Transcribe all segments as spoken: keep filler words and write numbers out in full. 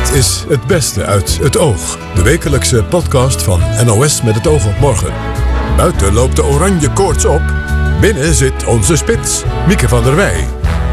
Dit is Het Beste uit het Oog. De wekelijkse podcast van N O S met het oog op morgen. Buiten loopt de oranje koorts op. Binnen zit onze spits, Mieke van der Wij.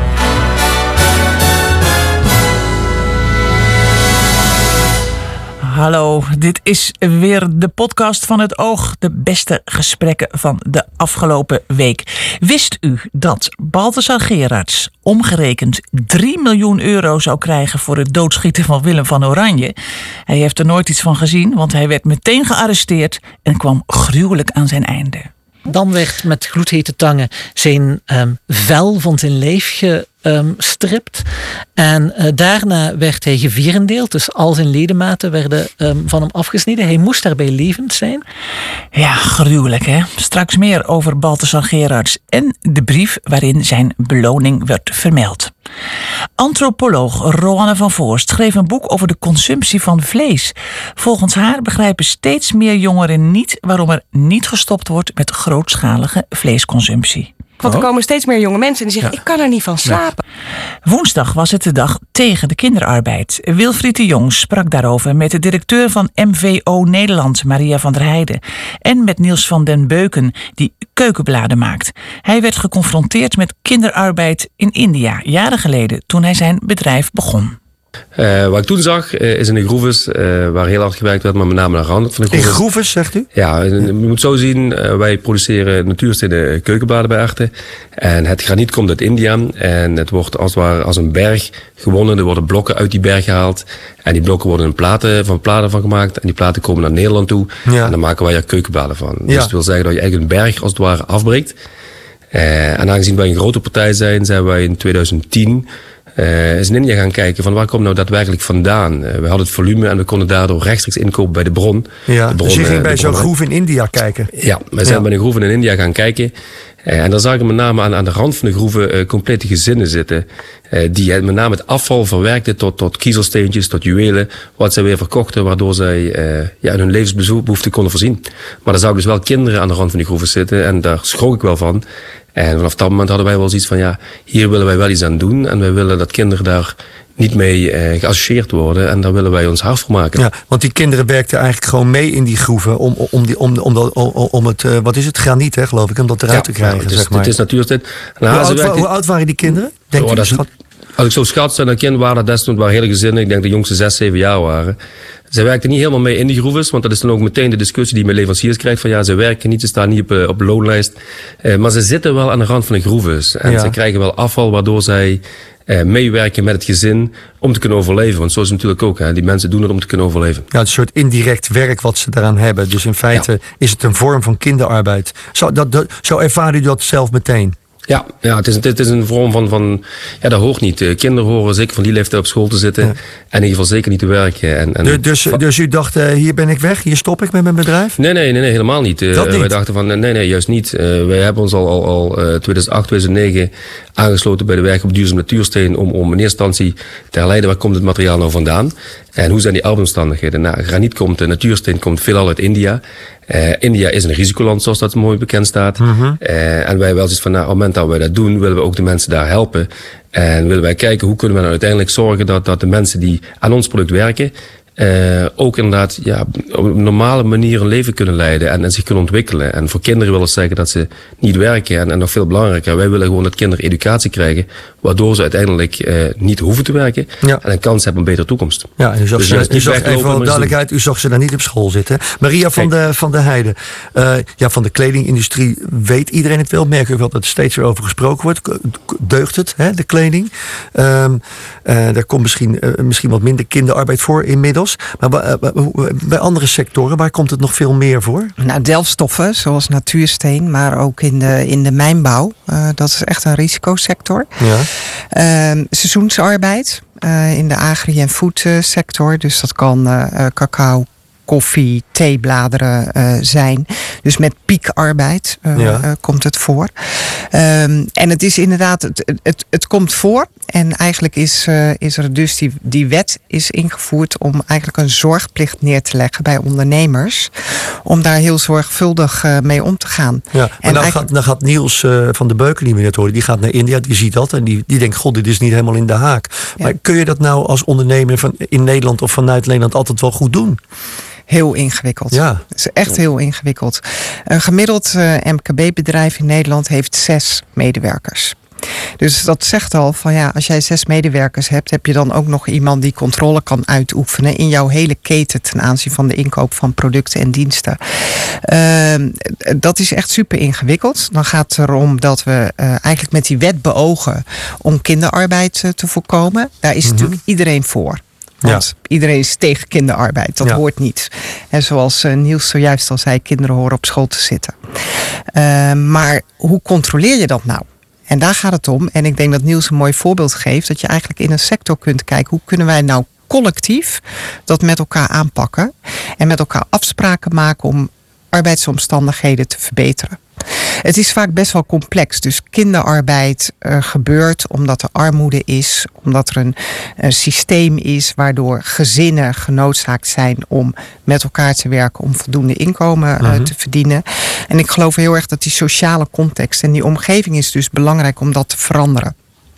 Hallo, dit is weer de podcast van het Oog. De beste gesprekken van de afgelopen week. Wist u dat Balthasar Gerards omgerekend drie miljoen euro zou krijgen voor het doodschieten van Willem van Oranje? Hij heeft er nooit iets van gezien, want hij werd meteen gearresteerd en kwam gruwelijk aan zijn einde. Dan werd met gloedhete tangen zijn um, vel van zijn lijf gestript. En uh, daarna werd hij gevierendeeld. Dus al zijn ledematen werden um, van hem afgesneden. Hij moest daarbij levend zijn. Ja, gruwelijk hè. Straks meer over Balthasar Gerards en de brief waarin zijn beloning werd vermeld. Antropoloog Roanne van Voorst schreef een boek over de consumptie van vlees. Volgens haar begrijpen steeds meer jongeren niet waarom er niet gestopt wordt met grootschalige vleesconsumptie. Want er komen steeds meer jonge mensen en die zeggen, ja. ik kan er niet van slapen. Ja. Woensdag was het de dag tegen de kinderarbeid. Wilfried de Jong sprak daarover met de directeur van M V O Nederland, Maria van der Heijden. En met Niels van den Beuken, die keukenbladen maakt. Hij werd geconfronteerd met kinderarbeid in India, jaren geleden, toen hij zijn bedrijf begon. Uh, wat ik toen zag uh, is in de groeves, uh, waar heel hard gewerkt werd, maar met name aan de rand van de groeves. In groeves, zegt u? Ja, je moet zo zien, uh, wij produceren natuurstenen keukenbladen bij Arte. En het graniet komt uit India en het wordt als het ware als een berg gewonnen. Er worden blokken uit die berg gehaald en die blokken worden in platen, van platen van gemaakt. En die platen komen naar Nederland toe ja. en dan maken wij er keukenbladen van. Ja. Dus dat wil zeggen dat je eigenlijk een berg als het ware afbreekt. Uh, en aangezien wij een grote partij zijn, zijn wij in twintig tien... Uh, is in India gaan kijken van waar komt nou daadwerkelijk vandaan. Uh, we hadden het volume en we konden daardoor rechtstreeks inkopen bij de bron. Ja, de bron, dus je ging bij uh, zo'n groef in India kijken? Ja, we zijn ja. bij een groef in India gaan kijken. Uh, en daar zag ik met name aan, aan de rand van de groeven uh, complete gezinnen zitten. Uh, die uh, met name het afval verwerkten tot, tot kiezelsteentjes, tot juwelen. Wat zij weer verkochten, waardoor zij uh, ja, hun levensbehoeften konden voorzien. Maar daar zag ik dus wel kinderen aan de rand van die groeven zitten. En daar schrok ik wel van. En vanaf dat moment hadden wij wel zoiets van, ja, hier willen wij wel iets aan doen. En wij willen dat kinderen daar niet mee eh, geassocieerd worden. En daar willen wij ons hart voor maken. Ja, want die kinderen werkten eigenlijk gewoon mee in die groeven om, om, die, om, om, om, om het, uh, wat is het, graniet hè, geloof ik, om dat eruit ja, te krijgen. Ja, het is, zeg maar. Het is natuurlijk... Hoe, oud, hoe oud waren die kinderen? Denk oh, je, dat is, als ik zo schat, zijn dat kinderen waren dat desnoods waren hele gezinnen. Ik denk de jongste zes, zeven jaar waren. Zij werkten niet helemaal mee in die groeves, want dat is dan ook meteen de discussie die je met leveranciers krijgt. Van ja, ze werken niet, ze staan niet op, op loonlijst. Uh, maar ze zitten wel aan de rand van de groeves. En ja. ze krijgen wel afval, waardoor zij uh, meewerken met het gezin om te kunnen overleven. Want zo is het natuurlijk ook. Hè. Die mensen doen het om te kunnen overleven. Ja, het is een soort indirect werk wat ze daaraan hebben. Dus in feite ja. is het een vorm van kinderarbeid. Zo, dat, dat, zo ervaren u dat zelf meteen? Ja, ja het, is, het is een vorm van, van... Ja, dat hoort niet. Kinderen horen zeker van die leeftijd op school te zitten. Ja. En in ieder geval zeker niet te werken. En, en dus, dus, dus u dacht, uh, hier ben ik weg? Hier stop ik met mijn bedrijf? Nee, nee, nee, nee helemaal niet. Dat uh, niet? Wij dachten van, nee, nee, juist niet. Uh, wij hebben ons al, al, al tweeduizend acht, tweeduizend negen aangesloten bij de werk op duurzaam natuursteen. Om, om in eerste instantie te herleiden, waar komt het materiaal nou vandaan? En hoe zijn die arbeidsomstandigheden? Nou, graniet komt, natuursteen komt veelal uit India. Uh, India is een risicoland, zoals dat mooi bekend staat. Mm-hmm. Uh, en wij wel zoiets van, nou, op het moment dat wij dat doen, willen we ook de mensen daar helpen. En willen wij kijken, hoe kunnen we nou uiteindelijk zorgen dat, dat de mensen die aan ons product werken, Uh, ook inderdaad ja, op een normale manier een leven kunnen leiden en, en zich kunnen ontwikkelen. En voor kinderen wil het zeggen dat ze niet werken. En, en nog veel belangrijker, wij willen gewoon dat kinderen educatie krijgen, waardoor ze uiteindelijk uh, niet hoeven te werken ja. en een kans hebben op een betere toekomst. Ja, en u zag, dus, ze, u zag even voor duidelijkheid, u zag ze daar niet op school zitten. Maria van de, van de Heijden, uh, ja, van de kledingindustrie weet iedereen het wel. Merk ik wel dat er steeds weer over gesproken wordt. Deugt het, hè, de kleding? Um, uh, daar komt misschien, uh, misschien wat minder kinderarbeid voor inmiddels. Maar bij, bij andere sectoren, waar komt het nog veel meer voor? Nou, delfstoffen, zoals natuursteen, maar ook in de, in de mijnbouw. Uh, dat is echt een risicosector. Ja. Uh, seizoensarbeid uh, in de agri- en foodsector. Dus dat kan uh, cacao, koffie, theebladeren uh, zijn. Dus met piekarbeid uh, ja. uh, komt het voor. Um, en het is inderdaad, het, het, het komt voor. En eigenlijk is, uh, is er dus die, die wet is ingevoerd om eigenlijk een zorgplicht neer te leggen bij ondernemers. Om daar heel zorgvuldig uh, mee om te gaan. Ja, maar en dan, gaat, dan gaat Niels uh, van de Beuken, die we net hoorden, die gaat naar India, die ziet dat en die, die denkt, god, dit is niet helemaal in de haak. Ja. Maar kun je dat nou als ondernemer van, in Nederland of vanuit Nederland altijd wel goed doen? Heel ingewikkeld. Ja. Het is echt heel ingewikkeld. Een gemiddeld uh, M K B-bedrijf in Nederland heeft zes medewerkers. Dus dat zegt al van ja, als jij zes medewerkers hebt, heb je dan ook nog iemand die controle kan uitoefenen in jouw hele keten ten aanzien van de inkoop van producten en diensten. Uh, dat is echt super ingewikkeld. Dan gaat het erom dat we uh, eigenlijk met die wet beogen om kinderarbeid uh, te voorkomen. Daar is mm-hmm. natuurlijk iedereen voor. Want ja. iedereen is tegen kinderarbeid. Dat ja. hoort niet. En zoals uh, Niels zojuist al zei, kinderen horen op school te zitten. Uh, maar hoe controleer je dat nou? En daar gaat het om. En ik denk dat Niels een mooi voorbeeld geeft. Dat je eigenlijk in een sector kunt kijken. Hoe kunnen wij nou collectief dat met elkaar aanpakken. En met elkaar afspraken maken om arbeidsomstandigheden te verbeteren. Het is vaak best wel complex. Dus kinderarbeid uh, gebeurt omdat er armoede is. Omdat er een, een systeem is waardoor gezinnen genoodzaakt zijn om met elkaar te werken. Om voldoende inkomen uh, mm-hmm. te verdienen. En ik geloof heel erg dat die sociale context en die omgeving is dus belangrijk om dat te veranderen.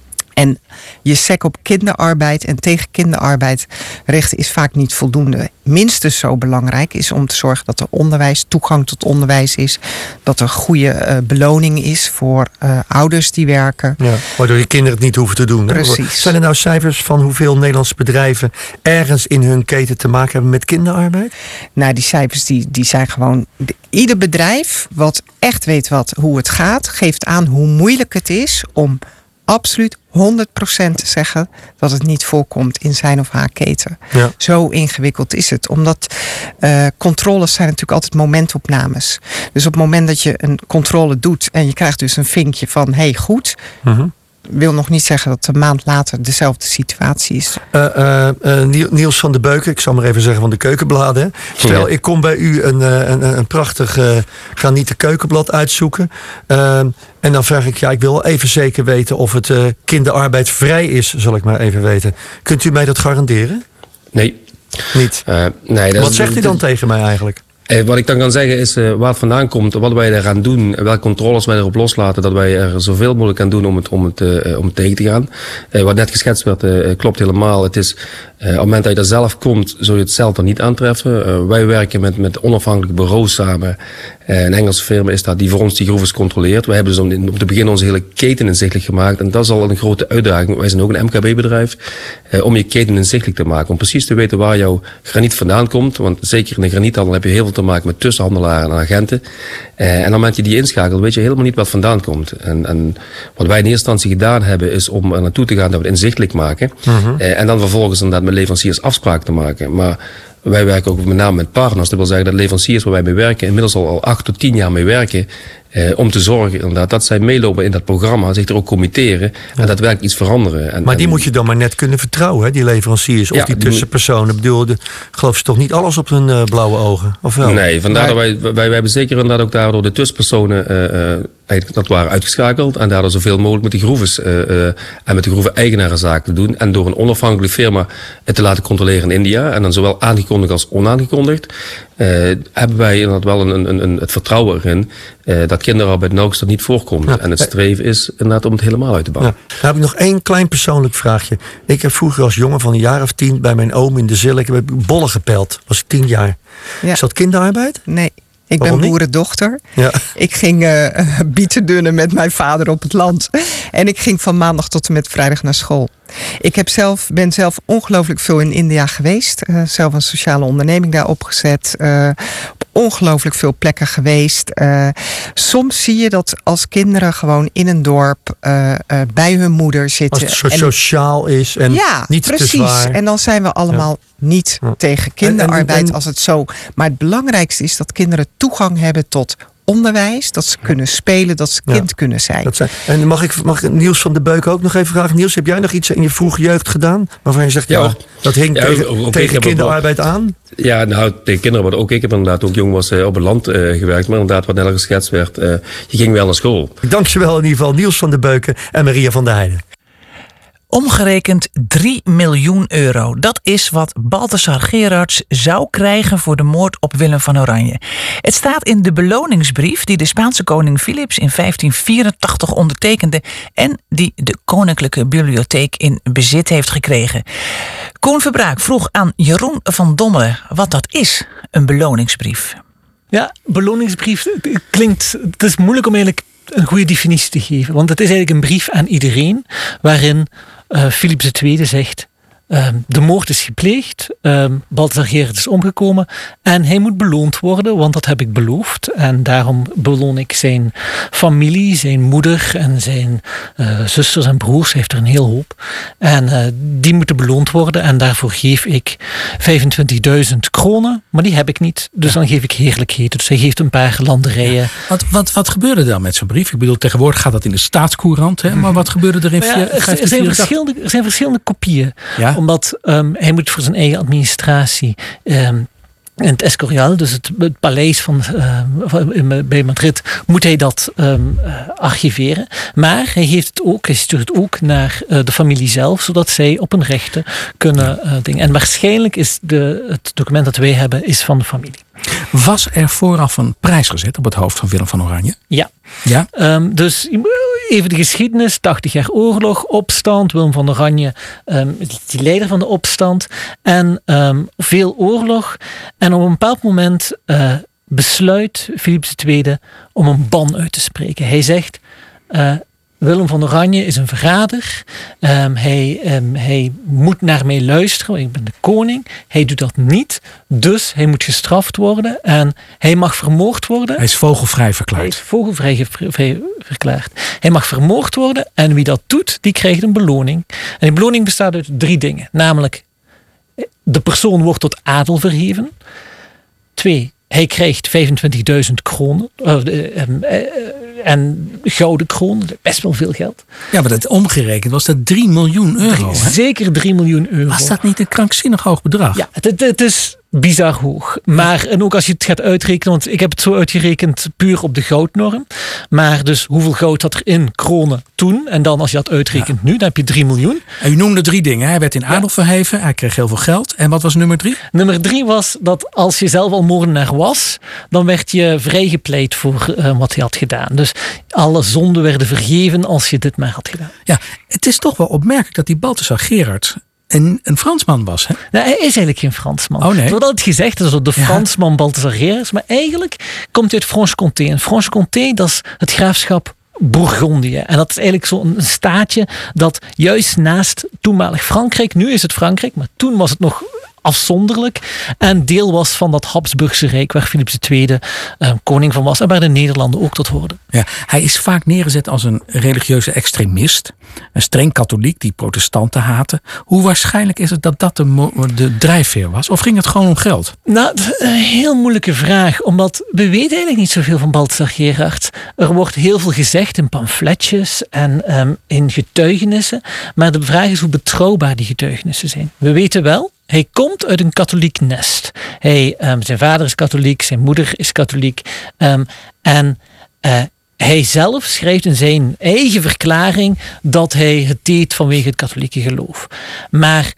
En je sec op kinderarbeid en tegen kinderarbeid richten is vaak niet voldoende. Minstens zo belangrijk is om te zorgen dat er onderwijs, toegang tot onderwijs is. Dat er goede uh, beloning is voor uh, ouders die werken. Ja, waardoor je kinderen het niet hoeven te doen. Precies. Hè? Zijn er nou cijfers van hoeveel Nederlandse bedrijven ergens in hun keten te maken hebben met kinderarbeid? Nou, die cijfers die, die zijn gewoon... Ieder bedrijf wat echt weet wat, hoe het gaat, geeft aan hoe moeilijk het is om absoluut honderd procent te zeggen dat het niet voorkomt in zijn of haar keten. Ja. Zo ingewikkeld is het. Omdat uh, controles zijn natuurlijk altijd momentopnames. Dus op het moment dat je een controle doet en je krijgt dus een vinkje van hey, goed, mm-hmm. wil nog niet zeggen dat een maand later dezelfde situatie is. Uh, uh, uh, Niels van de Beuken, ik zal maar even zeggen van de Keukenbladen. Stel, ja. ik kom bij u een, een, een prachtig uh, granieten keukenblad uitzoeken. Uh, en dan vraag ik, ja, ik wil even zeker weten of het uh, kinderarbeidvrij is, zal ik maar even weten. Kunt u mij dat garanderen? Nee. Niet? Uh, nee dat Wat is, zegt u dan dat, tegen mij eigenlijk? Eh, wat ik dan kan zeggen is uh, waar het vandaan komt, wat wij eraan doen, welke controles wij erop loslaten, dat wij er zoveel mogelijk aan doen om het, om het, uh, om het tegen te gaan. Uh, wat net geschetst werd, uh, klopt helemaal. Het is, uh, op het moment dat je er zelf komt, zul je het zelf dan niet aantreffen. Uh, wij werken met, met onafhankelijke bureaus samen. Uh, een Engelse firma is dat, die voor ons die groeves controleert. Wij hebben dus om, om te beginnen onze hele keten inzichtelijk gemaakt. En dat is al een grote uitdaging. Wij zijn ook een M K B-bedrijf. Uh, om je keten inzichtelijk te maken. Om precies te weten waar jouw graniet vandaan komt. Want zeker in de graniethandel heb je heel veel te maken met tussenhandelaren en agenten. Uh, en op het moment dat je die inschakelt, weet je helemaal niet wat vandaan komt. En, en wat wij in eerste instantie gedaan hebben, is om er naartoe te gaan dat we het inzichtelijk maken. Uh-huh. Uh, en dan vervolgens inderdaad met leveranciers afspraken te maken. Maar wij werken ook met name met partners. Dat wil zeggen dat leveranciers waar wij mee werken, inmiddels al, al acht tot tien jaar mee werken. Uh, om te zorgen inderdaad dat zij meelopen in dat programma, zich er ook committeren ja. en daadwerkelijk iets veranderen. En, maar die en, moet je dan maar net kunnen vertrouwen, hè, die leveranciers of ja, die tussenpersonen. Ik bedoel, de, geloof ze toch niet alles op hun uh, blauwe ogen? Of wel? Nee, vandaar dat wij, wij, wij hebben zeker inderdaad ook daardoor de tussenpersonen uh, uh, eigenlijk dat waren uitgeschakeld en daardoor zoveel mogelijk met de groeves uh, uh, en met de groeve eigenaren zaken te doen en door een onafhankelijke firma het te laten controleren in India en dan zowel aangekondigd als onaangekondigd. Uh, hebben wij inderdaad wel een, een, een, het vertrouwen erin uh, dat kinderarbeid nauwelijks niet voorkomt. Ja. En het streven is inderdaad om het helemaal uit te bouwen. Ja. Dan heb ik nog één klein persoonlijk vraagje. Ik heb vroeger als jongen van een jaar of tien bij mijn oom in de Zille, ik heb bollen gepeld. Was ik tien jaar. Ja. Is dat kinderarbeid? Nee. Ik Waarom ben boerendochter. Ja. Ik ging uh, bieten dunnen met mijn vader op het land. En ik ging van maandag tot en met vrijdag naar school. Ik heb zelf, ben zelf ongelooflijk veel in India geweest. Uh, zelf een sociale onderneming daar opgezet. Uh, op ongelooflijk veel plekken geweest. Uh, soms zie je dat als kinderen gewoon in een dorp uh, uh, bij hun moeder zitten. Als het zo en, sociaal is en ja, niet precies. te zwaar. En dan zijn we allemaal ja. niet ja. tegen kinderarbeid en, en, en, als het zo. Maar het belangrijkste is dat kinderen toegang hebben tot onderwijs, dat ze kunnen spelen, dat ze kind ja, kunnen zijn. Dat zijn. En mag ik, mag ik Niels van de Beuken ook nog even vragen? Niels, heb jij nog iets in je vroege jeugd gedaan waarvan je zegt, ja, ja dat hing ja, tegen, ook, ook tegen kinderarbeid wel aan? Ja, nou, tegen kinderen, ook ik heb inderdaad ook jong was uh, op het land uh, gewerkt, maar inderdaad wat net geschetst werd, uh, je ging wel naar school. Dank je wel in ieder geval, Niels van de Beuken en Maria van der Heijden. Omgerekend drie miljoen euro. Dat is wat Balthasar Gerards zou krijgen voor de moord op Willem van Oranje. Het staat in de beloningsbrief die de Spaanse koning Philips in vijftien vierentachtig ondertekende en die de Koninklijke Bibliotheek in bezit heeft gekregen. Koen Verbraak vroeg aan Jeroen van Dommelen wat dat is, een beloningsbrief. Ja, beloningsbrief klinkt... Het is moeilijk om eigenlijk een goede definitie te geven. Want het is eigenlijk een brief aan iedereen waarin uh, Philips de Tweede zegt... Um, de moord is gepleegd, um, Balthasar Gerards is omgekomen en hij moet beloond worden, want dat heb ik beloofd. En daarom beloon ik zijn familie, zijn moeder en zijn uh, zusters en broers. Hij heeft er een heel hoop. En uh, die moeten beloond worden en daarvoor geef ik vijfentwintigduizend kronen, maar die heb ik niet. Dus dan geef ik heerlijkheden. Dus hij geeft een paar landerijen. Ja. Wat, wat, wat gebeurde dan met zo'n brief? Ik bedoel, tegenwoordig gaat dat in de Staatscourant, hè? Maar wat gebeurde er in... Ja, er, er, zijn verschillende, er zijn verschillende kopieën. Ja? Omdat um, hij moet voor zijn eigen administratie um, in het Escorial, dus het, het paleis van, uh, bij Madrid, moet hij dat um, uh, archiveren. Maar hij geeft het ook, hij stuurt het ook naar uh, de familie zelf, zodat zij op een rechten kunnen uh, dingen. En waarschijnlijk is de, het document dat wij hebben, is van de familie. Was er vooraf een prijs gezet op het hoofd van Willem van Oranje? Ja. ja? Um, dus even de geschiedenis. tachtig jaar oorlog, opstand. Willem van Oranje, um, die leider van de opstand. En um, veel oorlog. En op een bepaald moment uh, besluit Philips de Tweede om een ban uit te spreken. Hij zegt... Uh, Willem van Oranje is een verrader. Um, hij, um, hij moet naar mij luisteren. Ik ben de koning. Hij doet dat niet. Dus hij moet gestraft worden. En hij mag vermoord worden. Hij is vogelvrij verklaard. Hij is vogelvrij verklaard. Hij mag vermoord worden. En wie dat doet, die krijgt een beloning. En die beloning bestaat uit drie dingen. Namelijk, de persoon wordt tot adel verheven. Twee, hij krijgt vijfentwintigduizend kronen. Uh, uh, uh, uh, en gouden kronen, best wel veel geld. Ja, maar dat omgerekend was dat drie miljoen euro. Drie, zeker drie miljoen euro. Was dat niet een krankzinnig hoog bedrag? Ja, het, het, het is bizar hoog. Maar, en ook als je het gaat uitrekenen, want ik heb het zo uitgerekend puur op de goudnorm. Maar dus hoeveel goud had er in kronen toen? En dan als je dat uitrekent ja. nu, dan heb je drie miljoen. En u noemde drie dingen. Hij werd in adel ja. verheven, hij kreeg heel veel geld. En wat was nummer drie? Nummer drie was dat als je zelf al moordenaar was, dan werd je vrijgepleit voor uh, wat hij had gedaan. Dus alle zonden werden vergeven als je dit maar had gedaan. Ja, het is toch wel opmerkelijk dat die Balthasar Gerard een, een Fransman was, hè? Nou, hij is eigenlijk geen Fransman. Oh, nee. Er wordt altijd gezegd, dat is de Fransman ja. Balthasar Gerards, maar eigenlijk komt hij uit Franche-Comté. En Franche-Comté, dat is het graafschap Bourgondië. En dat is eigenlijk zo'n staatje dat juist naast toenmalig Frankrijk, nu is het Frankrijk, maar toen was het nog afzonderlijk en deel was van dat Habsburgse Rijk waar Philips de Tweede uh, koning van was en waar de Nederlanden ook tot hoorden. Ja, hij is vaak neergezet als een religieuze extremist, een streng katholiek die protestanten haatte. Hoe waarschijnlijk is het dat dat de, de drijfveer was? Of ging het gewoon om geld? Nou, een heel moeilijke vraag, omdat we weten eigenlijk niet zoveel van Balthasar Gerards. Er wordt heel veel gezegd in pamfletjes en um, in getuigenissen, maar de vraag is hoe betrouwbaar die getuigenissen zijn. We weten wel, hij komt uit een katholiek nest. Hij, um, zijn vader is katholiek, zijn moeder is katholiek. Um, en uh, hij zelf schrijft in zijn eigen verklaring dat hij het deed vanwege het katholieke geloof. Maar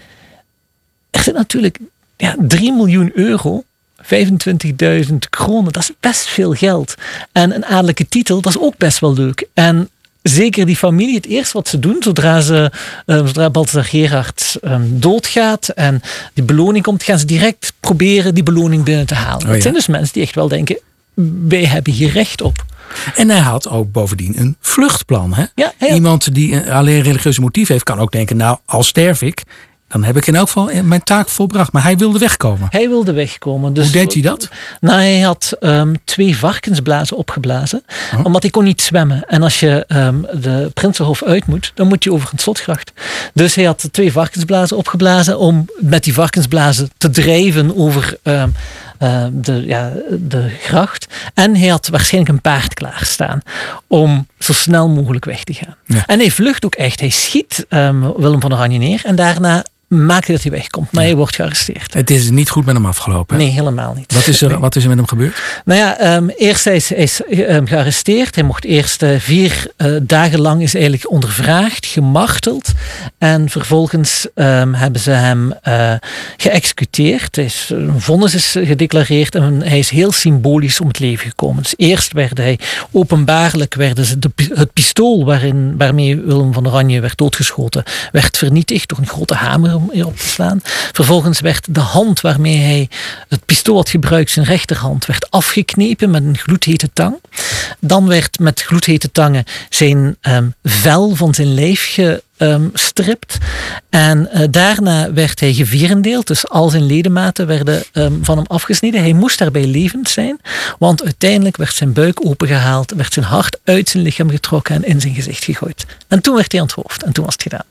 er zit natuurlijk ja, drie miljoen euro, vijfentwintigduizend kronen, dat is best veel geld. En een adellijke titel, dat is ook best wel leuk. En zeker die familie, het eerste wat ze doen, zodra, ze, uh, zodra Balthasar Gerards um, doodgaat en die beloning komt, gaan ze direct proberen die beloning binnen te halen. Oh, ja. Het zijn dus mensen die echt wel denken, wij hebben hier recht op. En hij had ook bovendien een vluchtplan. Hè? Ja, Iemand die alleen religieuze motief heeft, kan ook denken, nou, al sterf ik, dan heb ik in elk geval mijn taak volbracht. Maar hij wilde wegkomen. Hij wilde wegkomen. Dus, hoe deed hij dat? Nou, hij had um, twee varkensblazen opgeblazen. Oh. Omdat hij kon niet zwemmen. En als je um, de Prinsenhof uit moet, dan moet je over een slotgracht. Dus hij had twee varkensblazen opgeblazen om met die varkensblazen te drijven over um, uh, de, ja, de gracht. En hij had waarschijnlijk een paard klaarstaan om zo snel mogelijk weg te gaan. Ja. En hij vlucht ook echt. Hij schiet um, Willem van Oranje neer en daarna maakt hij dat hij wegkomt. Maar ja. hij wordt gearresteerd. Het is niet goed met hem afgelopen. Nee, helemaal niet. Wat is er, wat is er met hem gebeurd? Nou ja, um, eerst hij is hij is um, gearresteerd. Hij mocht eerst uh, vier uh, dagen lang is eigenlijk ondervraagd, gemarteld. En vervolgens um, hebben ze hem uh, geëxecuteerd. Hij is, een vonnis is gedeclareerd en hij is heel symbolisch om het leven gekomen. Dus eerst werd hij openbaarlijk werden ze de, het pistool waarin, waarmee Willem van Oranje werd doodgeschoten, werd vernietigd door een grote hamer om erop te slaan. Vervolgens werd de hand waarmee hij het pistool had gebruikt, zijn rechterhand, werd afgeknepen met een gloedhete tang. Dan werd met gloedhete tangen zijn um, vel van zijn lijf ge Um, stript. En uh, daarna werd hij gevierendeeld. Dus al zijn ledematen werden um, van hem afgesneden. Hij moest daarbij levend zijn. Want uiteindelijk werd zijn buik opengehaald. Werd zijn hart uit zijn lichaam getrokken en in zijn gezicht gegooid. En toen werd hij onthoofd. En toen was het gedaan.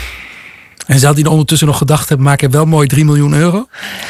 En zou hij ondertussen nog gedacht hebben, maak ik wel mooi drie miljoen euro?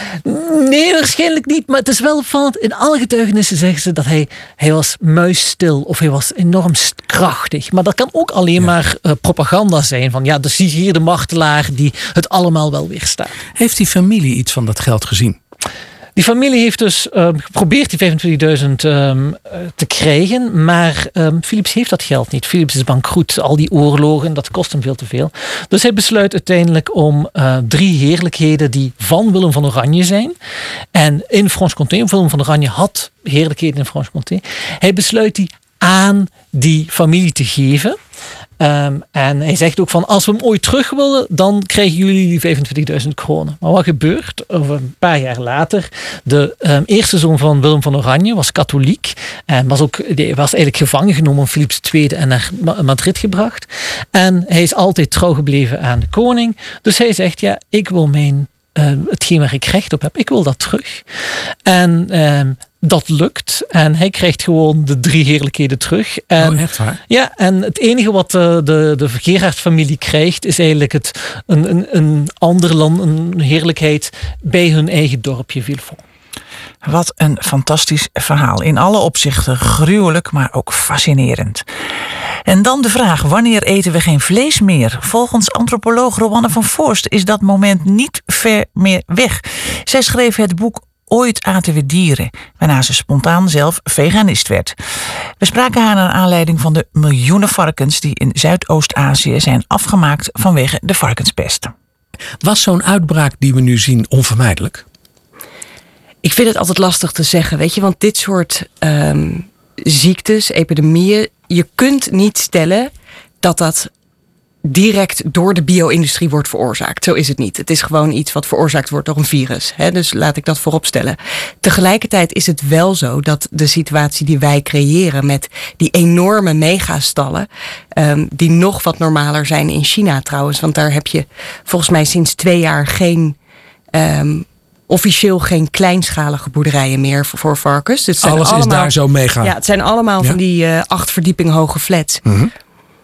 Nee, waarschijnlijk niet. Maar het is wel opvallend. In alle getuigenissen zeggen ze dat hij, hij was muisstil of hij was enorm krachtig. Maar dat kan ook alleen ja. maar uh, propaganda zijn. Van ja, dus zie hier de martelaar die het allemaal wel weerstaat. Heeft die familie iets van dat geld gezien? Die familie heeft dus um, geprobeerd die vijfentwintigduizend um, te krijgen, maar um, Philips heeft dat geld niet. Philips is bankroet. Al die oorlogen, dat kost hem veel te veel. Dus hij besluit uiteindelijk om uh, drie heerlijkheden die van Willem van Oranje zijn. En in Franche-Comté, Willem van Oranje had heerlijkheden in Franche-Comté. Hij besluit die aan die familie te geven. Um, en hij zegt ook van, als we hem ooit terug willen, dan krijgen jullie die vijfentwintigduizend kronen. Maar wat gebeurt? Over een paar jaar later, de um, eerste zoon van Willem van Oranje was katholiek. En was, ook, die was eigenlijk gevangen genomen, Philips de Tweede, en naar Madrid gebracht. En hij is altijd trouw gebleven aan de koning. Dus hij zegt, ja, ik wil mijn, uh, hetgeen waar ik recht op heb, ik wil dat terug. En um, dat lukt. En hij krijgt gewoon de drie heerlijkheden terug. En, oh, echt waar? Ja, en het enige wat de, de, de Gerard-familie krijgt, is eigenlijk het, een, een, een ander land, een heerlijkheid bij hun eigen dorpje Villefort. Wat een fantastisch verhaal. In alle opzichten gruwelijk, maar ook fascinerend. En dan de vraag, wanneer eten we geen vlees meer? Volgens antropoloog Rowanne van Voorst is dat moment niet ver meer weg. Zij schreef het boek Ooit aten we dieren, waarna ze spontaan zelf veganist werd. We spraken haar naar aanleiding van de miljoenen varkens die in Zuidoost-Azië zijn afgemaakt vanwege de varkenspest. Was zo'n uitbraak die we nu zien onvermijdelijk? Ik vind het altijd lastig te zeggen, weet je, want dit soort um, ziektes, epidemieën, je kunt niet stellen dat dat direct door de bio-industrie wordt veroorzaakt. Zo is het niet. Het is gewoon iets wat veroorzaakt wordt door een virus. Hè? Dus laat ik dat voorop stellen. Tegelijkertijd is het wel zo dat de situatie die wij creëren met die enorme megastallen, um, die nog wat normaler zijn in China trouwens, want daar heb je volgens mij sinds twee jaar geen Um, officieel geen kleinschalige boerderijen meer voor, voor varkens. Dus alles allemaal, is daar zo mega. Ja, het zijn allemaal ja. van die uh, acht verdieping hoge flats. Mm-hmm.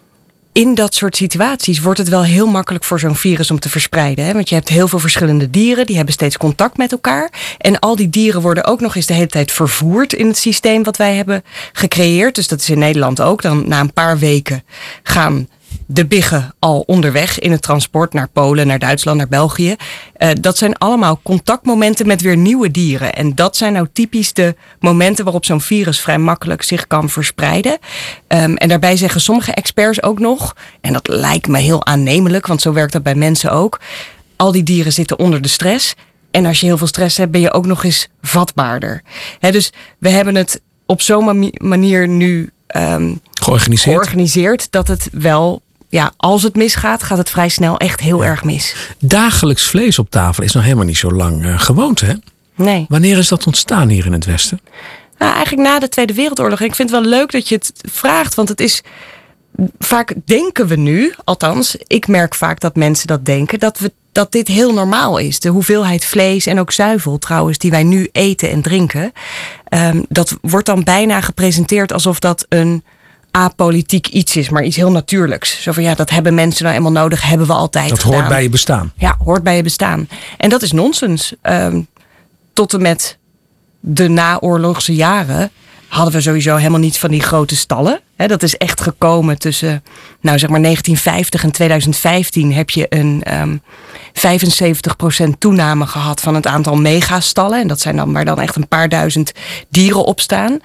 In dat soort situaties wordt het wel heel makkelijk voor zo'n virus om te verspreiden. Hè? Want je hebt heel veel verschillende dieren, die hebben steeds contact met elkaar. En al die dieren worden ook nog eens de hele tijd vervoerd in het systeem wat wij hebben gecreëerd. Dus dat is in Nederland ook. Dan na een paar weken gaan de biggen al onderweg in het transport naar Polen, naar Duitsland, naar België. Uh, dat zijn allemaal contactmomenten met weer nieuwe dieren. En dat zijn nou typisch de momenten waarop zo'n virus vrij makkelijk zich kan verspreiden. Um, en daarbij zeggen sommige experts ook nog, en dat lijkt me heel aannemelijk, want zo werkt dat bij mensen ook, al die dieren zitten onder de stress. En als je heel veel stress hebt, ben je ook nog eens vatbaarder. He, dus we hebben het op zo'n manier nu um, georganiseerd. georganiseerd dat het wel, ja, als het misgaat, gaat het vrij snel echt heel ja. erg mis. Dagelijks vlees op tafel is nog helemaal niet zo lang uh, gewoonte, hè? Nee. Wanneer is dat ontstaan hier in het Westen? Nou, eigenlijk na de Tweede Wereldoorlog. En ik vind het wel leuk dat je het vraagt, want het is vaak denken we nu, althans, ik merk vaak dat mensen dat denken, dat we dat dit heel normaal is. De hoeveelheid vlees en ook zuivel trouwens die wij nu eten en drinken, um, dat wordt dan bijna gepresenteerd alsof dat een apolitiek iets is, maar iets heel natuurlijks. Zo van ja, dat hebben mensen nou eenmaal nodig, hebben we altijd Dat gedaan. hoort bij je bestaan. Ja, hoort bij je bestaan. En dat is nonsens. Um, tot en met de naoorlogse jaren hadden we sowieso helemaal niet van die grote stallen. He, dat is echt gekomen tussen, nou zeg maar negentien vijftig en twintig vijftien heb je een um, vijfenzeventig procent toename gehad van het aantal megastallen. En dat zijn dan waar dan echt een paar duizend dieren op staan.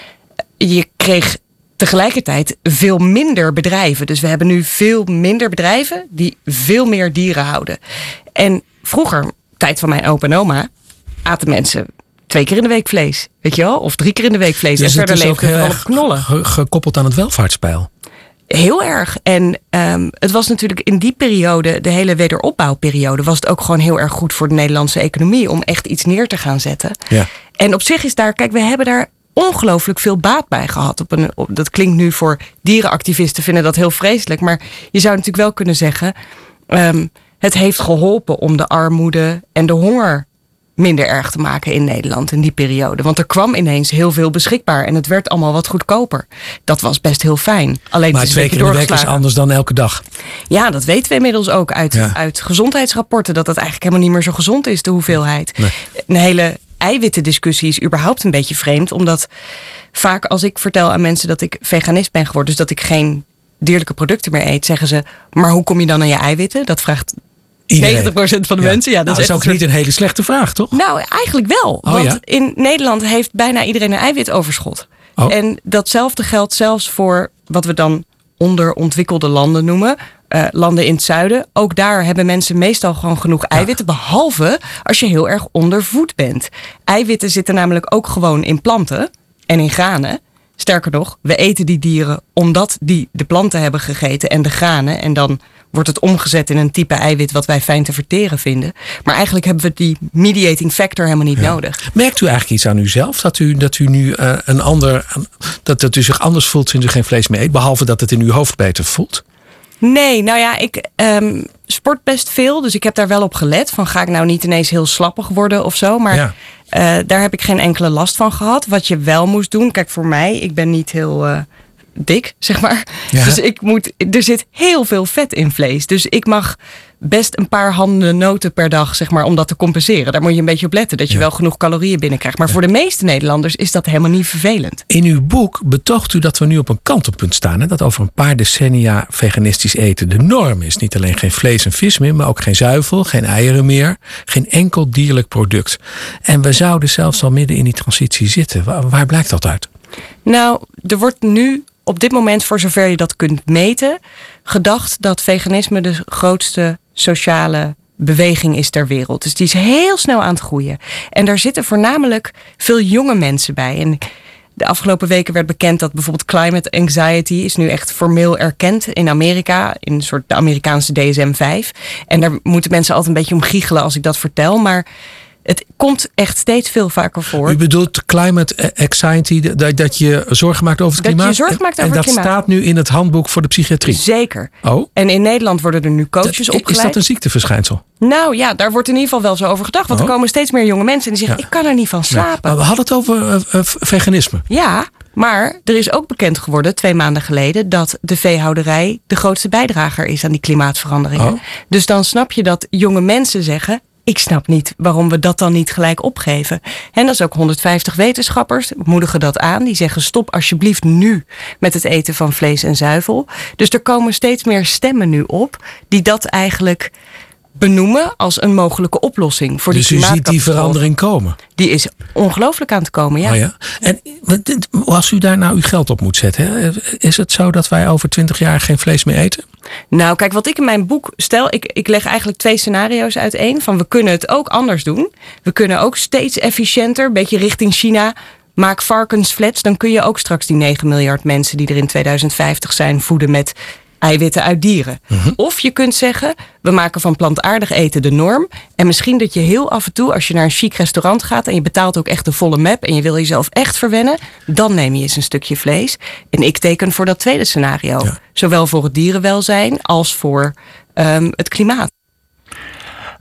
Je kreeg tegelijkertijd veel minder bedrijven. Dus we hebben nu veel minder bedrijven die veel meer dieren houden. En vroeger, tijd van mijn opa en oma, aten mensen twee keer in de week vlees. Weet je wel? Of drie keer in de week vlees. Dus en verder leefden we vooral op knollen. Ge- gekoppeld aan het welvaartspeil. Heel erg. En um, het was natuurlijk in die periode, de hele wederopbouwperiode, was het ook gewoon heel erg goed voor de Nederlandse economie om echt iets neer te gaan zetten. Ja. En op zich is daar, kijk, we hebben daar ongelooflijk veel baat bij gehad. Op een, op, dat klinkt nu voor dierenactivisten, vinden dat heel vreselijk. Maar je zou natuurlijk wel kunnen zeggen, um, het heeft geholpen om de armoede en de honger minder erg te maken in Nederland in die periode. Want er kwam ineens heel veel beschikbaar en het werd allemaal wat goedkoper. Dat was best heel fijn. Alleen Maar twee keer in de week is anders dan elke dag. Ja, dat weten we inmiddels ook uit, ja. uit gezondheidsrapporten, dat dat eigenlijk helemaal niet meer zo gezond is, de hoeveelheid. Nee. Een hele eiwittendiscussie is überhaupt een beetje vreemd, omdat vaak als ik vertel aan mensen dat ik veganist ben geworden, dus dat ik geen dierlijke producten meer eet, zeggen ze, maar hoe kom je dan aan je eiwitten? Dat vraagt Iedereen. negentig procent van de Ja. mensen. Ja, dat, nou, is, is ook soort... niet een hele slechte vraag, toch? Nou, eigenlijk wel. Oh, want ja? in Nederland heeft bijna iedereen een eiwitoverschot. Oh. En datzelfde geldt zelfs voor wat we dan onderontwikkelde landen noemen. Uh, landen in het zuiden. Ook daar hebben mensen meestal gewoon genoeg eiwitten. Ja. Behalve als je heel erg ondervoed bent. Eiwitten zitten namelijk ook gewoon in planten en in granen. Sterker nog, we eten die dieren omdat die de planten hebben gegeten en de granen. En dan wordt het omgezet in een type eiwit wat wij fijn te verteren vinden. Maar eigenlijk hebben we die mediating factor helemaal niet ja. nodig. Merkt u eigenlijk iets aan uzelf? Dat u, dat u nu uh, een ander, dat, dat u zich anders voelt sinds u geen vlees meer eet? Behalve dat het in uw hoofd beter voelt? Nee, nou ja, ik um, sport best veel. Dus ik heb daar wel op gelet. Van ga ik nou niet ineens heel slappig worden of zo. Maar ja. uh, daar heb ik geen enkele last van gehad. Wat je wel moest doen. Kijk, voor mij, ik ben niet heel uh, dik, zeg maar. Ja. Dus ik moet, er zit heel veel vet in vlees. Dus ik mag best een paar handen noten per dag, zeg maar, om dat te compenseren. Daar moet je een beetje op letten, dat je ja. wel genoeg calorieën binnenkrijgt. Maar ja. voor de meeste Nederlanders is dat helemaal niet vervelend. In uw boek betoogt u dat we nu op een kantelpunt staan. Hè? Dat over een paar decennia veganistisch eten de norm is. Niet alleen geen vlees en vis meer, maar ook geen zuivel, geen eieren meer. Geen enkel dierlijk product. En we zouden zelfs al midden in die transitie zitten. Waar, waar blijkt dat uit? Nou, er wordt nu op dit moment, voor zover je dat kunt meten, gedacht dat veganisme de grootste sociale beweging is ter wereld. Dus die is heel snel aan het groeien. En daar zitten voornamelijk veel jonge mensen bij. En de afgelopen weken werd bekend dat bijvoorbeeld climate anxiety is nu echt formeel erkend in Amerika. In een soort de Amerikaanse D S M vijf. En daar moeten mensen altijd een beetje om giechelen als ik dat vertel. Maar het komt echt steeds veel vaker voor. U bedoelt climate anxiety, dat, dat je zorgen maakt over het dat klimaat? Dat je zorgen maakt over en het dat klimaat. staat nu in het handboek voor de psychiatrie? Zeker. Oh? En in Nederland worden er nu coaches dat, opgeleid. Is dat een ziekteverschijnsel? Nou ja, daar wordt in ieder geval wel zo over gedacht. Want oh? er komen steeds meer jonge mensen en die zeggen, ja. ik kan er niet van slapen. Ja. Maar we hadden het over uh, uh, veganisme. Ja, maar er is ook bekend geworden, twee maanden geleden, dat de veehouderij de grootste bijdrager is aan die klimaatveranderingen. Oh? Dus dan snap je dat jonge mensen zeggen, ik snap niet waarom we dat dan niet gelijk opgeven. En dat is ook honderdvijftig wetenschappers moedigen dat aan. Die zeggen stop alsjeblieft nu met het eten van vlees en zuivel. Dus er komen steeds meer stemmen nu op die dat eigenlijk benoemen als een mogelijke oplossing voor die klimaatcatastrofe. Dus u ziet die verandering komen? Die is ongelooflijk aan het komen, ja. Oh ja. En als u daar nou uw geld op moet zetten, is het zo dat wij over twintig jaar geen vlees meer eten? Nou, kijk, wat ik in mijn boek stel, ik, ik leg eigenlijk twee scenario's uiteen. Van we kunnen het ook anders doen. We kunnen ook steeds efficiënter, een beetje richting China. Maak varkensflats, dan kun je ook straks die negen miljard mensen die er in tweeduizend vijftig zijn voeden met eiwitten uit dieren. Mm-hmm. Of je kunt zeggen, we maken van plantaardig eten de norm. En misschien dat je heel af en toe, als je naar een chic restaurant gaat en je betaalt ook echt de volle map en je wil jezelf echt verwennen, dan neem je eens een stukje vlees. En ik teken voor dat tweede scenario. Ja. Zowel voor het dierenwelzijn als voor um, het klimaat.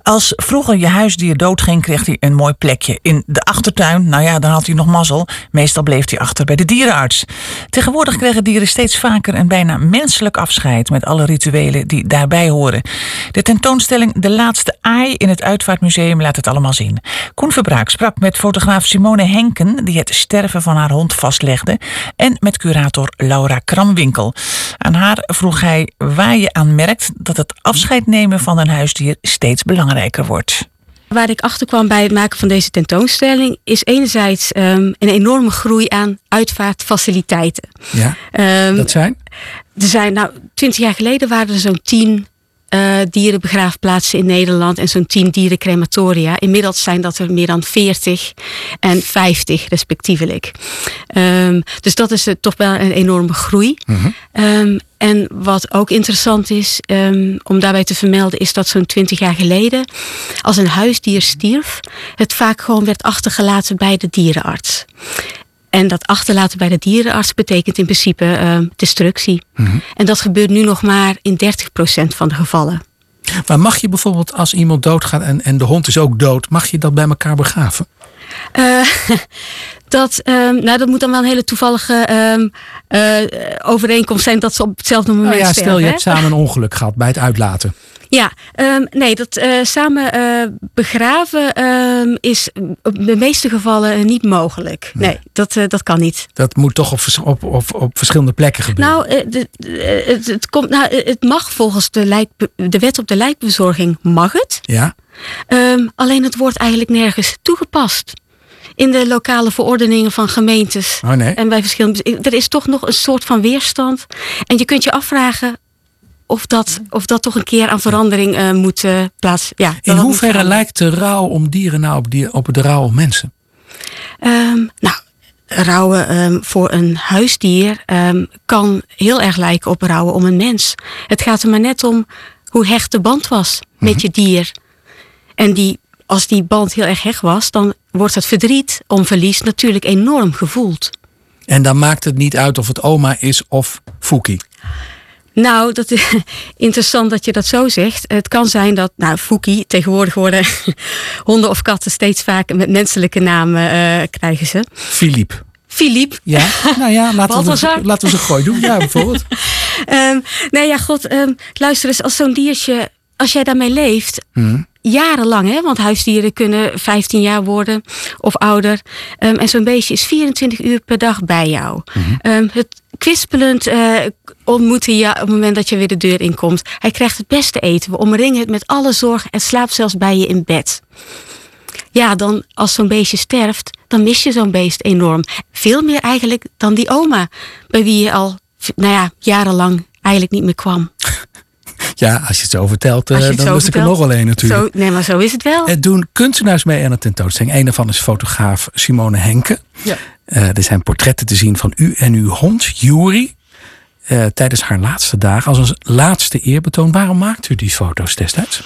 Als vroeger je huisdier doodging, kreeg hij een mooi plekje in de achtertuin. Nou ja, dan had hij nog mazzel. Meestal bleef hij achter bij de dierenarts. Tegenwoordig krijgen dieren steeds vaker een bijna menselijk afscheid met alle rituelen die daarbij horen. De tentoonstelling De Laatste Aai in het Uitvaartmuseum laat het allemaal zien. Koen Verbraak sprak met fotograaf Simone Henken, die het sterven van haar hond vastlegde, en met curator Laura Kramwinkel. Aan haar vroeg hij waar je aan merkt dat het afscheid nemen van een huisdier steeds belangrijker wordt. Waar ik achter kwam bij het maken van deze tentoonstelling is enerzijds um, een enorme groei aan uitvaartfaciliteiten. Ja, um, dat zijn? Er zijn, nou, twintig jaar geleden waren er zo'n tien uh, dierenbegraafplaatsen in Nederland en zo'n tien dierencrematoria. Inmiddels zijn dat er meer dan veertig en vijftig respectievelijk. Um, dus dat is uh, toch wel een enorme groei. Mm-hmm. Um, En wat ook interessant is um, om daarbij te vermelden, is dat zo'n twintig jaar geleden, als een huisdier stierf, het vaak gewoon werd achtergelaten bij de dierenarts. En dat achterlaten bij de dierenarts betekent in principe uh, destructie. Mm-hmm. En dat gebeurt nu nog maar in dertig procent van de gevallen. Maar mag je bijvoorbeeld, als iemand doodgaat en, en de hond is ook dood, mag je dat bij elkaar begraven? Uh, dat, um, nou, dat moet dan wel een hele toevallige um, uh, overeenkomst zijn dat ze op hetzelfde moment nou ja, sterven. Stel je hè? hebt samen een ongeluk gehad bij het uitlaten. Ja, um, nee, dat uh, samen uh, begraven um, is op de meeste gevallen niet mogelijk. Nee, nee dat, uh, dat kan niet. Dat moet toch op, op, op, op verschillende plekken gebeuren? Nou, uh, de, de, het, het, komt, nou, het mag volgens de, lijk, de wet op de lijkbezorging, mag het. Ja. Um, alleen het wordt eigenlijk nergens toegepast. In de lokale verordeningen van gemeentes. Oh nee. En bij verschillende. Er is toch nog een soort van weerstand. En je kunt je afvragen of dat, of dat toch een keer aan verandering uh, moet uh, plaats. Ja, in hoeverre lijkt de rouw om dieren nou op, die, op de rouw om mensen? Um, nou, rouwen um, voor een huisdier um, kan heel erg lijken op rouwen om een mens. Het gaat er maar net om hoe hecht de band was met mm-hmm. je dier. En die, als die band heel erg hecht was, dan wordt het verdriet om verlies natuurlijk enorm gevoeld. En dan maakt het niet uit of het oma is of Foukie? Nou, dat is interessant dat je dat zo zegt. Het kan zijn dat, nou, Foukie, tegenwoordig worden honden of katten steeds vaker met menselijke namen uh, krijgen ze. Philippe. Philippe. Ja, nou ja, laten we, ze, laten we ze gooi doen. Ja, bijvoorbeeld. um, nee, ja, god, um, luister eens, als zo'n diertje, als jij daarmee leeft, hmm. jarenlang, hè, want huisdieren kunnen vijftien jaar worden of ouder. Um, en zo'n beestje is vierentwintig uur per dag bij jou. Hmm. Um, het kwispelend uh, ontmoeten je op het moment dat je weer de deur inkomt. Hij krijgt het beste eten. We omringen het met alle zorg en slaapt zelfs bij je in bed. Ja, dan als zo'n beestje sterft, dan mis je zo'n beest enorm. Veel meer eigenlijk dan die oma, bij wie je al, nou ja, jarenlang eigenlijk niet meer kwam. Ja, als je het zo vertelt, uh, dan lust vertelt, ik er nog wel een natuurlijk. Zo, nee, maar zo is het wel. Er doen kunstenaars mee aan de tentoonstelling. Een daarvan is fotograaf Simone Henken. Ja. Uh, er zijn portretten te zien van u en uw hond, Juri. Uh, tijdens haar laatste dagen, als een laatste eerbetoon. Waarom maakt u die foto's destijds?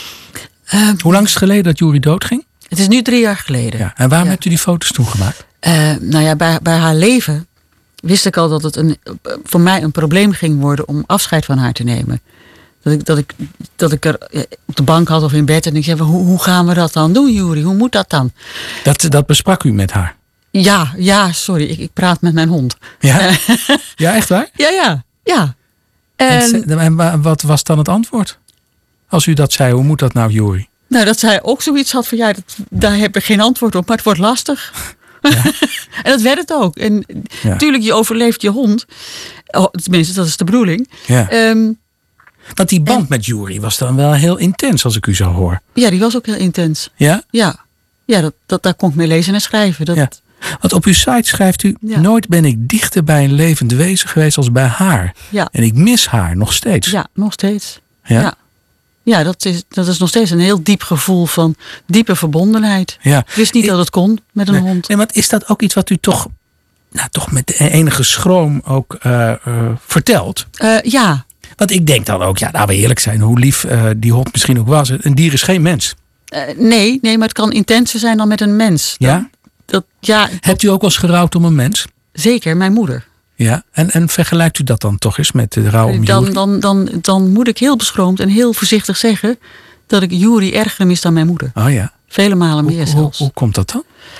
Uh, Hoe lang is het geleden dat Juri doodging? Het is nu drie jaar geleden. Ja. En waarom ja. hebt u die foto's toen gemaakt? Uh, nou ja, bij, bij haar leven wist ik al dat het een, voor mij een probleem ging worden om afscheid van haar te nemen. Dat ik, dat ik, dat ik er op de bank had of in bed en ik zei, hoe, hoe gaan we dat dan doen, Juri? Hoe moet dat dan? Dat, dat besprak u met haar? Ja, ja, sorry. Ik, ik praat met mijn hond. Ja, ja echt waar? Ja, ja, ja. En, en, en wat was dan het antwoord? Als u dat zei, hoe moet dat nou, Juri? Nou, dat zij ook zoiets had van, ja, dat, daar heb ik geen antwoord op, maar het wordt lastig. Ja. En dat werd het ook. En ja. natuurlijk, je overleeft je hond. Oh, tenminste, dat is de bedoeling. Ja. Um, Want die band en, met Juri was dan wel heel intens, als ik u zo hoor. Ja, die was ook heel intens. Ja? Ja, ja dat, dat, daar kon ik mee lezen en schrijven. Dat, ja. Want op uw site schrijft u, ja. nooit ben ik dichter bij een levend wezen geweest als bij haar. Ja. En ik mis haar nog steeds. Ja, nog steeds. Ja? Ja. Ja, dat is, dat is nog steeds een heel diep gevoel van diepe verbondenheid. Ja. Ik wist niet ik, dat het kon met een nee, hond. Nee, maar is dat ook iets wat u toch, nou, toch met enige schroom ook uh, uh, vertelt? Uh, ja. Want ik denk dan ook, ja, laten we eerlijk zijn, hoe lief uh, die hond misschien ook was. Een dier is geen mens. Uh, nee, nee, maar het kan intenser zijn dan met een mens. Ja? Dat, dat, ja dat, Hebt u ook wel eens gerouwd om een mens? Zeker, mijn moeder. Ja, en, en vergelijkt u dat dan toch eens met de rouw om dan, dan, dan, dan moet ik heel beschroomd en heel voorzichtig zeggen dat ik Juri erger mis dan mijn moeder. Oh ja. Vele malen meer hoe, zelfs. Hoe, hoe komt dat dan?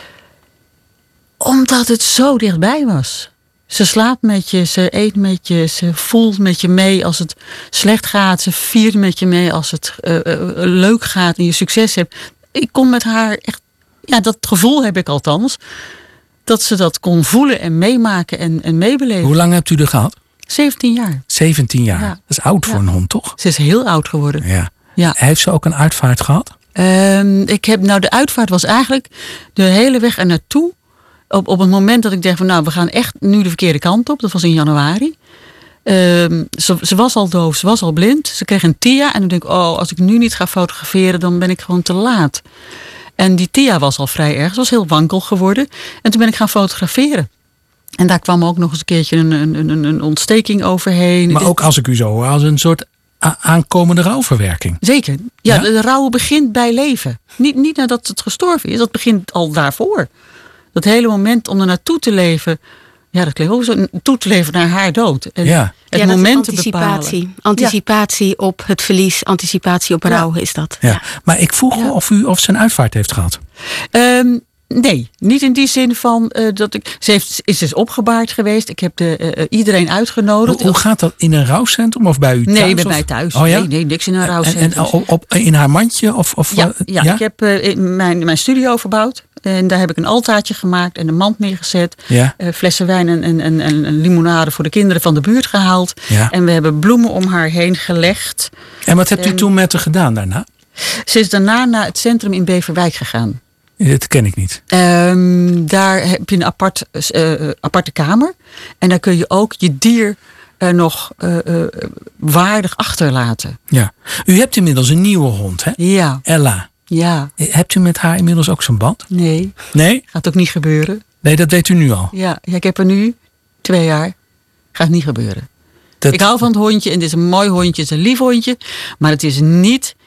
Omdat het zo dichtbij was. Ze slaapt met je, ze eet met je, ze voelt met je mee als het slecht gaat. Ze viert met je mee als het uh, uh, leuk gaat en je succes hebt. Ik kon met haar echt, ja, dat gevoel heb ik althans, dat ze dat kon voelen en meemaken en, en meebeleven. Hoe lang hebt u er gehad? zeventien jaar. zeventien jaar. Ja. Dat is oud voor ja. een hond, toch? Ze is heel oud geworden. Ja. Ja. Heeft ze ook een uitvaart gehad? Um, ik heb, nou, de uitvaart was eigenlijk de hele weg er naartoe. Op, op het moment dat ik dacht van nou, we gaan echt nu de verkeerde kant op. Dat was in januari. Um, ze, ze was al doof, ze was al blind. Ze kreeg een T I A. En toen denk ik, oh, als ik nu niet ga fotograferen, dan ben ik gewoon te laat. En die T I A was al vrij erg. Ze was heel wankel geworden. En toen ben ik gaan fotograferen. En daar kwam ook nog eens een keertje een, een, een, een ontsteking overheen. Maar ook als ik u zo hoor, als een soort a- aankomende rouwverwerking. Zeker. Ja, Ja? de rouwen begint bij leven. Niet, niet nadat het gestorven is, dat begint al daarvoor. Dat hele moment om er naartoe te leven, ja, dat klinkt ook zo, toe te leven naar haar dood. En Ja. het ja, dat is moment te anticipatie. bepalen. Anticipatie op het verlies, anticipatie op Ja. rouw is dat. Ja. Maar ik vroeg Ja. of u of ze een uitvaart heeft gehad. Um, nee, niet in die zin van uh, dat ik. Ze heeft, is dus opgebaard geweest. Ik heb de, uh, iedereen uitgenodigd. Hoe, hoe gaat dat? In een rouwcentrum of bij u thuis? Nee, bij of? mij thuis. Oh, ja? Nee, nee, niks in een En, rouwcentrum. en op, op, in haar mandje? Of, of, Ja, uh, ja, ik heb uh, mijn, mijn studio verbouwd. En daar heb ik een altaartje gemaakt en een mand neergezet. Ja. Uh, flessen wijn en, en, en, en een limonade voor de kinderen van de buurt gehaald. Ja. En we hebben bloemen om haar heen gelegd. En wat hebt u En- toen met haar gedaan daarna? Ze is daarna naar het centrum in Beverwijk gegaan. Dat ken ik niet. Um, daar heb je een apart, uh, aparte kamer. En daar kun je ook je dier uh, nog uh, uh, waardig achterlaten. Ja. U hebt inmiddels een nieuwe hond, hè? Ja, Ella. ja, Hebt u met haar inmiddels ook zo'n band? nee, Nee? gaat ook niet gebeuren. Nee, dat weet u nu al. Ja, ja ik heb er nu twee jaar. Gaat niet gebeuren. Dat, Ik hou van het hondje en het is een mooi hondje, het is een lief hondje. Maar het is niet...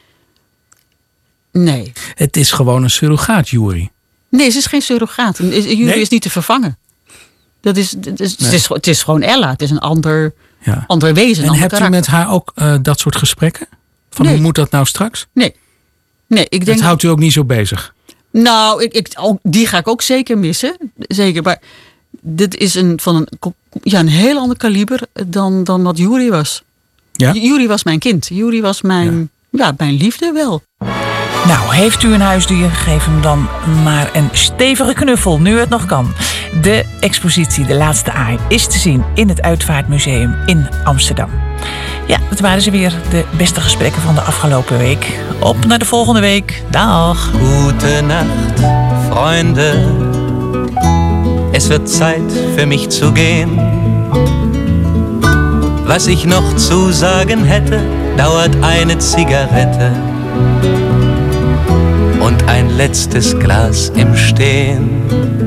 Nee. Het is gewoon een surrogaat, Juri. Nee, ze is geen surrogaat. Jury Nee? is niet te vervangen. Dat is, het, is, Nee. het, is, het is gewoon Ella. Het is een ander, Ja. ander wezen. En ander hebt u karakter. met haar ook uh, dat soort gesprekken? Van Nee. hoe moet dat nou straks? Nee. Nee, ik denk... Dat houdt u ook niet zo bezig. Nou, ik, ik, ook, die ga ik ook zeker missen. Zeker. Maar dit is een, van een, ja, een heel ander kaliber dan, dan wat Juri was. Ja? Juri was mijn kind. Juri was mijn, ja. Ja, mijn liefde wel. Nou, heeft u een huisdier, geef hem dan maar een stevige knuffel, nu het nog kan. De expositie De Laatste Aai is te zien in het Uitvaartmuseum in Amsterdam. Ja, dat waren ze weer, de beste gesprekken van de afgelopen week. Op naar de volgende week. Dag. Gute Nacht, Freunde. Es wird Zeit für mich zu gehen. Was ich noch zu sagen hätte, dauert eine Zigarette und ein letztes Glas im Stehen.